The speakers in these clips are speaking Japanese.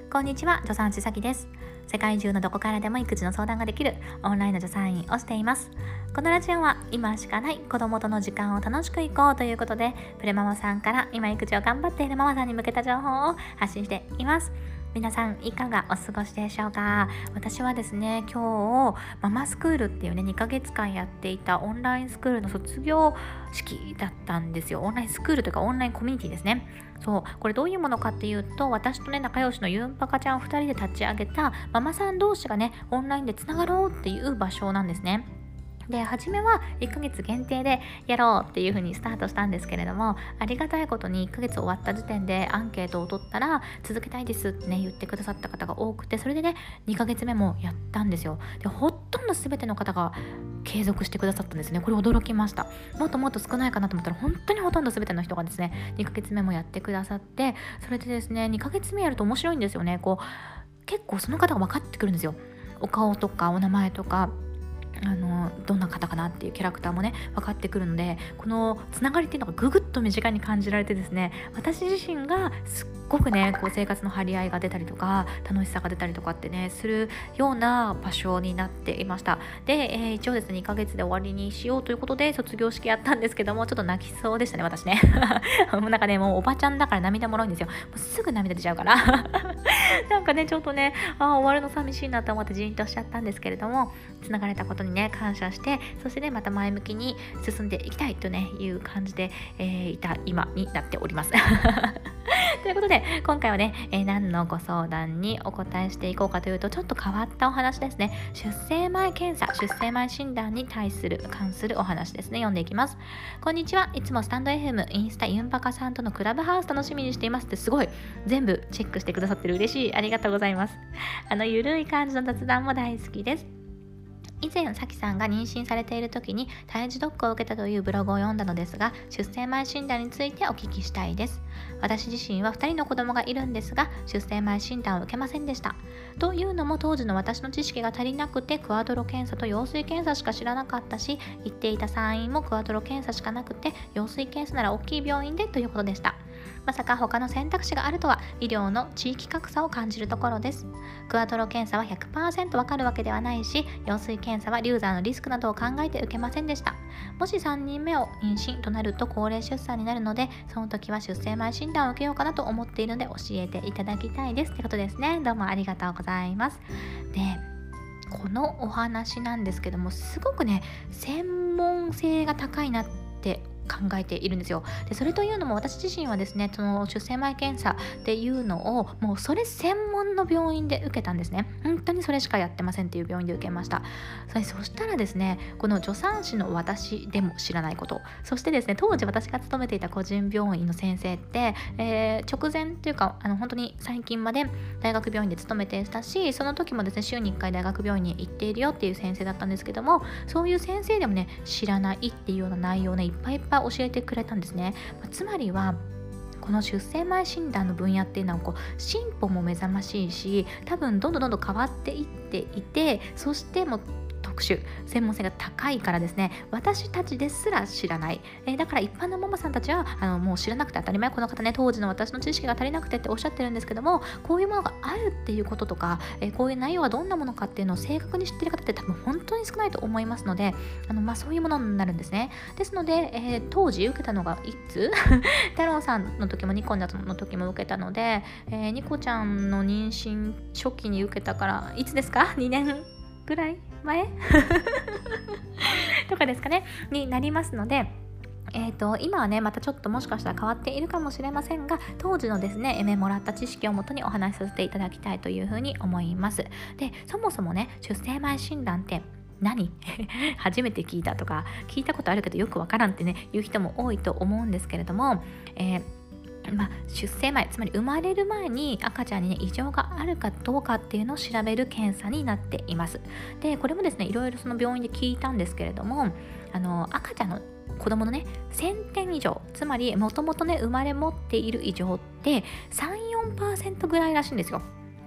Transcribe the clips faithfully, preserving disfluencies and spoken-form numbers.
こんにちは、助産師さきです。世界中のどこからでも育児の相談ができるオンラインの助産院をしています。このラジオは今しかない子供との時間を楽しくいこうということで、プレママさんから今育児を頑張っているママさんに向けた情報を発信しています。皆さんいかがお過ごしでしょうか。私はですね、今日ママスクールっていうねにかげつかんやっていたオンラインスクールの卒業式だったんですよ。オンラインスクールというかオンラインコミュニティですね。そうこれどういうものかっていうと、私とね仲良しのユンパカちゃんふたりで立ち上げたママさん同士がねオンラインでつながろうっていう場所なんですね。で、初めはいっかげつ限定でやろうっていう風にスタートしたんですけれども、ありがたいことにいっかげつ終わった時点でアンケートを取ったら続けたいですってね言ってくださった方が多くて、それでねにかげつめもやったんですよ。で、ほとんど全ての方が継続してくださったんですね。これ驚きました。もっともっと少ないかなと思ったら、本当にほとんど全ての人がですねにかげつめもやってくださって、それでですねにかげつめやると面白いんですよね。こう結構その方が分かってくるんですよ。お顔とかお名前とか、あのどんな方かなっていうキャラクターもね分かってくるので、このつながりっていうのがぐぐっと身近に感じられてですね、私自身がすっごくねこう生活の張り合いが出たりとか楽しさが出たりとかってねするような場所になっていました。で、えー、一応ですねにかげつで終わりにしようということで卒業式やったんですけども、ちょっと泣きそうでしたね私ねもうなんかねもうおばちゃんだから涙もろいんですよ。もうすぐ涙出ちゃうからなんかねちょっとねあ終わるの寂しいなと思ってジーンとしちゃったんですけれども、つながれたことにね感謝して、そしてねまた前向きに進んでいきたいとねいう感じで、えー、いた今になっておりますということで今回はね、えー、何のご相談にお答えしていこうかというと、ちょっと変わったお話ですね。出生前検査、出生前診断に対する関するお話ですね。読んでいきます。こんにちは。いつもスタンド エフエム、インスタ、ユンパカさんとのクラブハウス楽しみにしていますって、すごい全部チェックしてくださってる。嬉しい。ありがとうございます。あのゆるい感じの雑談も大好きです。以前さきさんが妊娠されている時に胎児ドックを受けたというブログを読んだのですが、出生前診断についてお聞きしたいです。私自身はふたりの子供がいるんですが、出生前診断を受けませんでした。というのも当時の私の知識が足りなくて、クアドロ検査と羊水検査しか知らなかったし、行っていた産院もクアドロ検査しかなくて、羊水検査なら大きい病院でということでした。まさか他の選択肢があるとは、医療の地域格差を感じるところです。クアドロ検査は ひゃくパーセント わかるわけではないし、羊水検査は流産のリスクなどを考えて受けませんでした。もしさんにんめを妊娠となると高齢出産になるので、その時は出生前診断を受けようかなと思っているので教えていただきたいですってことですね。どうもありがとうございます。で、このお話なんですけども、すごくね専門性が高いなって考えているんですよ。で、それというのも私自身はですね、その出生前検査っていうのをもうそれ専門の病院で受けたんですね。本当にそれしかやってませんっていう病院で受けました。それそしたらですね、この助産師の私でも知らないこと、そしてですね当時私が勤めていた個人病院の先生って、えー、直前というかあの本当に最近まで大学病院で勤めていたし、その時もですね週にいっかい大学病院に行っているよっていう先生だったんですけども、そういう先生でもね知らないっていうような内容をねいっぱいいっぱい教えてくれたんですね。つまりはこの出生前診断の分野っていうのはこう進歩も目覚ましいし、多分どんどんどんどん変わっていっていて、そしてもう特殊専門性が高いからですね、私たちですら知らない、えー、だから一般のママさんたちはあのもう知らなくて当たり前。この方ね当時の私の知識が足りなくてっておっしゃってるんですけども、こういうものがあるっていうこととか、えー、こういう内容はどんなものかっていうのを正確に知っている方って多分本当に少ないと思いますので、あの、まあ、そういうものになるんですね。ですので、えー、当時受けたのがいつ太郎さんの時もニコちゃんの時も受けたので、えー、ニコちゃんの妊娠初期に受けたからいつですかにねんぐらい前とかですかねになりますので、えーと、今はねまたちょっともしかしたら変わっているかもしれませんが、当時のですねエメもらった知識をもとにお話しさせていただきたいというふうに思います。で、そもそもね出生前診断って何初めて聞いたとか、聞いたことあるけどよくわからんってね言う人も多いと思うんですけれども、えーまあ、出生前、つまり生まれる前に赤ちゃんに、ね、異常があるかどうかっていうのを調べる検査になっています。で、これもですねいろいろその病院で聞いたんですけれども、あの赤ちゃんの子供のねせんてん以上、つまりもともとね生まれ持っている異常って さん、よんパーセント ぐらいらしいんですよ。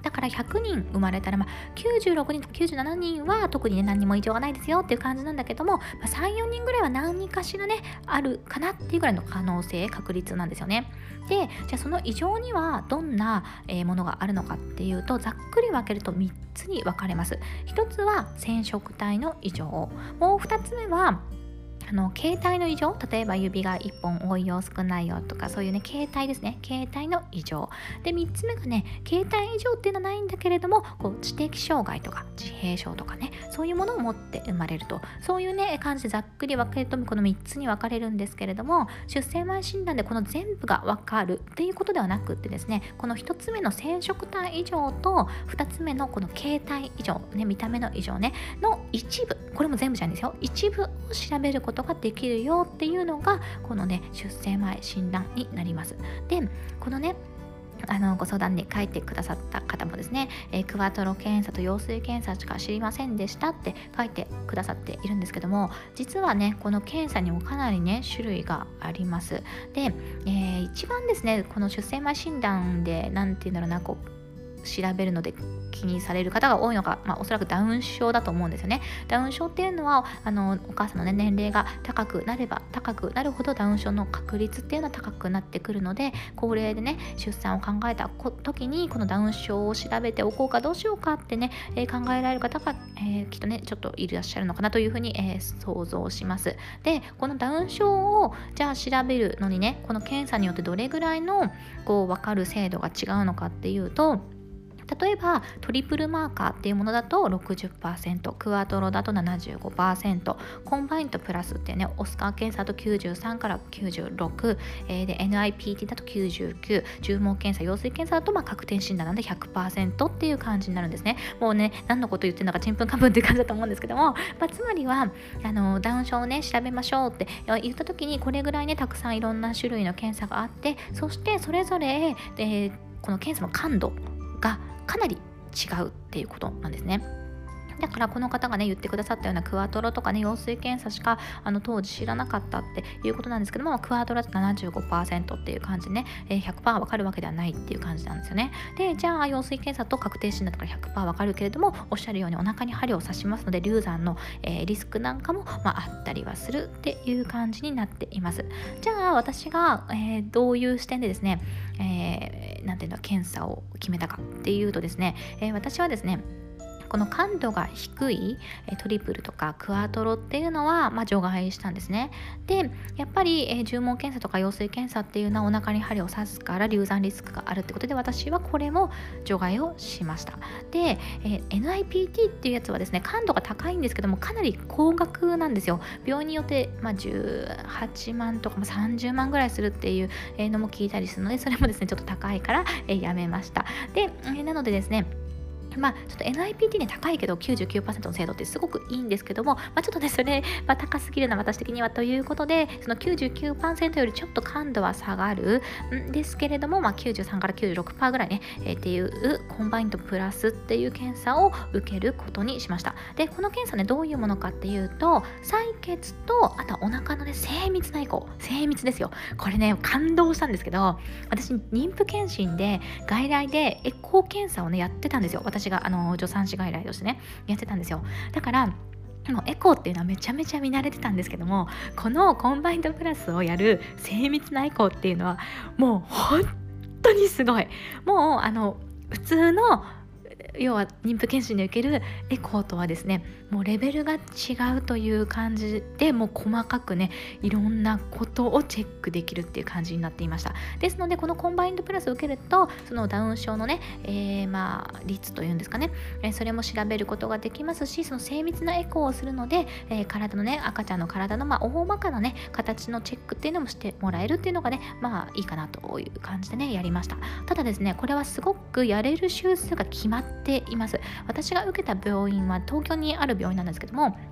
だからひゃくにん生まれたら、まあ、きゅうじゅうろくにんとかきゅうじゅうななにんは特に、ね、何も異常がないですよっていう感じなんだけども、まあ、さん、よにんぐらいは何かしらねあるかなっていうぐらいの可能性確率なんですよね。で、じゃあその異常にはどんな、えーものがあるのかっていうと、ざっくり分けるとみっつに分かれます。ひとつは染色体の異常、もうふたつめはあの形態の異常、例えば指がいっぽん多いよ少ないよとか、そういうね形態ですね、形態の異常で、みっつめがね形態異常っていうのはないんだけれども、こう知的障害とか自閉症とかね、そういうものを持って生まれると、そういうね感じでざっくり分けるとこのみっつに分かれるんですけれども、出生前診断でこの全部が分かるっていうことではなくってですね、このひとつめの染色体異常とふたつめのこの形態異常、ね、見た目の異常ねの一部、これも全部じゃないんですよ、一部を調べることができるよっていうのがこのね出生前診断になります。で、このねあのご相談に書いてくださった方もですね、えークワトロ検査と羊水検査しか知りませんでしたって書いてくださっているんですけども、実はねこの検査にもかなりね種類があります。で、えー一番ですねこの出生前診断でなんていうんだろうな、こう調べるので気にされる方が多いのが、まあ、おそらくダウン症だと思うんですよね。ダウン症っていうのはあのお母さんの、ね、年齢が高くなれば高くなるほどダウン症の確率っていうのは高くなってくるので、高齢でね出産を考えた時にこのダウン症を調べておこうかどうしようかってね、えー考えられる方が、えーきっとねちょっといらっしゃるのかなというふうに、えー想像します。で、このダウン症をじゃあ調べるのにね、この検査によってどれぐらいのこう分かる精度が違うのかっていうと、例えばトリプルマーカーっていうものだと ろくじゅっパーセント、 クワトロだと ななじゅうごパーセント、 コンバインドプラスっていうねオスカー検査だときゅうじゅうさんからきゅうじゅうろく、えー、で エヌアイピーティー だときゅうじゅうきゅう、重毛検査羊水検査だとまあ確定診断なんで ひゃくパーセント っていう感じになるんですね。もうね何のこと言ってるのかちんぷんかんぷんっていう感じだと思うんですけども、まあ、つまりはあのダウン症をね調べましょうって言った時に、これぐらいねたくさんいろんな種類の検査があって、そしてそれぞれ、えーこの検査の感度がかなり違うっていうことなんですね。だからこの方がね言ってくださったようなクワトロとかね羊水検査しかあの当時知らなかったっていうことなんですけども、クワトロだと ななじゅうごパーセント っていう感じでね、えー、ひゃくパーセント 分かるわけではないっていう感じなんですよね。で、じゃあ羊水検査と確定診断だから ひゃくパーセント 分かるけれども、おっしゃるようにお腹に針を刺しますので流産の、えーリスクなんかも、まあ、あったりはするっていう感じになっています。じゃあ私が、えーどういう視点でですね、えーなんていうの検査を決めたかっていうとですね、えー私はですねこの感度が低いえトリプルとかクワトロっていうのは、まあ、除外したんですね。で、やっぱり、えー重毛検査とか羊水検査っていうのはお腹に針を刺すから流産リスクがあるってことで、私はこれも除外をしました。で、えー エヌアイピーティー っていうやつはですね感度が高いんですけどもかなり高額なんですよ。病院によって、まあ、じゅうはちまんとか、まあ、さんじゅうまんぐらいするっていうのも聞いたりするので、それもですねちょっと高いから、えーやめました。で、えーなのでですねまあ、ちょっと エヌアイピーティー ね高いけど きゅうじゅうきゅうパーセント の精度ってすごくいいんですけども、まあ、ちょっとねそれは高すぎるな私的にはということで、その きゅうじゅうきゅうパーセント よりちょっと感度は下がるんですけれども、まあ、きゅうじゅうさんから きゅうじゅうろくパーセント ぐらいね、えーっていうコンバインドプラスっていう検査を受けることにしました。で、この検査ねどういうものかっていうと、採血とあとはお腹のね精密なエコー、精密ですよ。これね感動したんですけど、私妊婦検診で外来でエコー検査をねやってたんですよ。私があの助産師外来としてねやってたんですよ。だからもうエコーっていうのはめちゃめちゃ見慣れてたんですけども、このコンバインドプラスをやる精密なエコーっていうのはもう本当にすごい。もうあの普通の要は妊婦検診で受けるエコーとはですねもうレベルが違うという感じで、もう細かくねいろんなことをチェックできるっていう感じになっていました。ですのでこのコンバインドプラスを受けると、そのダウン症のね、えー、まあ率というんですかね、えー、それも調べることができますし、その精密なエコーをするので、えー、体のね赤ちゃんの体のまあ大まかなね形のチェックっていうのもしてもらえるっていうのがねまあいいかなという感じでねやりました。ただですねこれはすごくやれる週数が決まっています。私が受けた病院は東京にある病院なんですけども、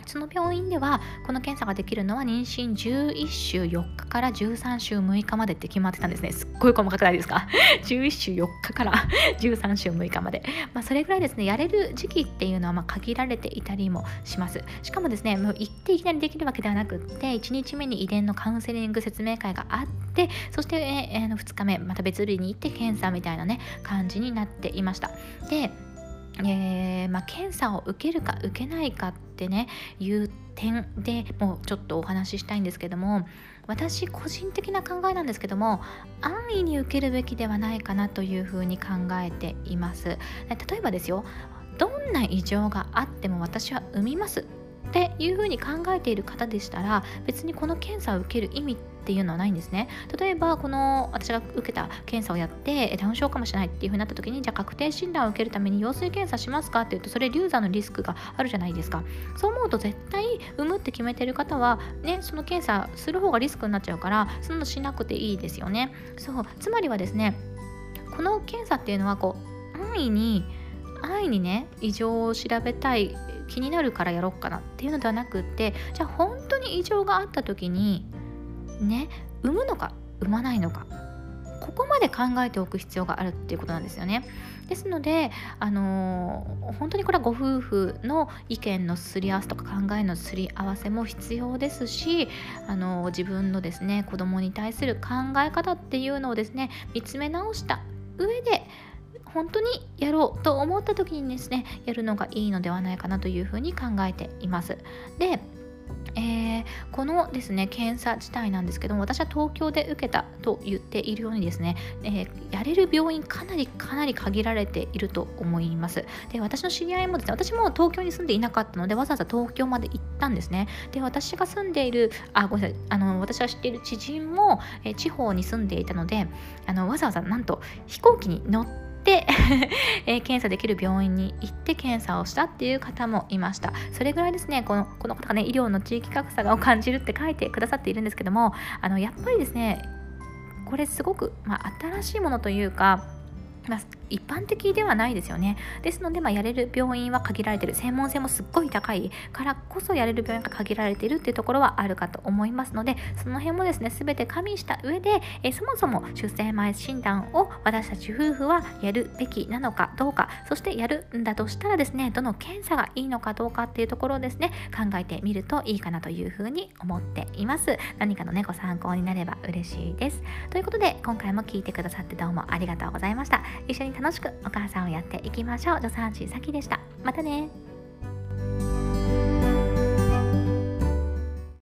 その病院ではこの検査ができるのは妊娠じゅういっしゅうよっかからじゅうさんしゅうむいかまでって決まってたんですね。すっごい細かくないですか？じゅういっしゅうよっかからじゅうさんしゅうむいかまで、まあ、それぐらいですね、やれる時期っていうのはまあ限られていたりもします。しかもですね、もう行っていきなりできるわけではなくって、いちにちめに遺伝のカウンセリング説明会があって、そして、えー、ふつかめまた別類に行って検査みたいなね感じになっていました。でえーまあ、検査を受けるか受けないかってねいう点でもうちょっとお話ししたいんですけども、私個人的な考えなんですけども、安易に受けるべきではないかなというふうに考えています。例えばですよ、どんな異常があっても私は産みますっていうふうに考えている方でしたら、別にこの検査を受ける意味っていうのはないんですね。例えばこの私が受けた検査をやってダウン症かもしれないっていう風になった時に、じゃあ確定診断を受けるために羊水検査しますかっていうと、それ流産のリスクがあるじゃないですか。そう思うと絶対産むって決めてる方はね、その検査する方がリスクになっちゃうから、そんなのしなくていいですよね。そうつまりはですね、この検査っていうのはこう安易に安易にね異常を調べたい、気になるからやろうかなっていうのではなくって、じゃあ本当に異常があった時にね、産むのか産まないのか、ここまで考えておく必要があるっていうことなんですよね。ですので、あのー本当にこれはご夫婦の意見のすり合わせとか考えのすり合わせも必要ですし、あのー自分のですね子供に対する考え方っていうのをですね見つめ直した上で、本当にやろうと思った時にですねやるのがいいのではないかなというふうに考えています。でえーこのですね検査自体なんですけども、私は東京で受けたと言っているようにですね、えーやれる病院かなりかなり限られていると思います。で、私の知り合いもですね、私も東京に住んでいなかったのでわざわざ東京まで行ったんですね。で、私が住んでいるあごめんなさいあの私が知っている知人も、えー地方に住んでいたので、あのわざわざなんと飛行機に乗ってでえー検査できる病院に行って検査をしたっていう方もいました。それぐらいですね、このこの方がね医療の地域格差を感じるって書いてくださっているんですけども、あのやっぱりですねこれすごく、まあ、新しいものというか、まあ、一般的ではないですよね。ですので、まあ、やれる病院は限られている、専門性もすっごい高いからこそやれる病院が限られているっていうところはあるかと思いますので、その辺もですね全て加味した上で、えそもそも出生前診断を私たち夫婦はやるべきなのかどうか、そしてやるんだとしたらですねどの検査がいいのかどうかっていうところをですね考えてみるといいかなというふうに思っています。何かのねご参考になれば嬉しいです。ということで、今回も聞いてくださってどうもありがとうございました。一緒に楽しくお母さんをやっていきましょう。助産師さきでした。またね。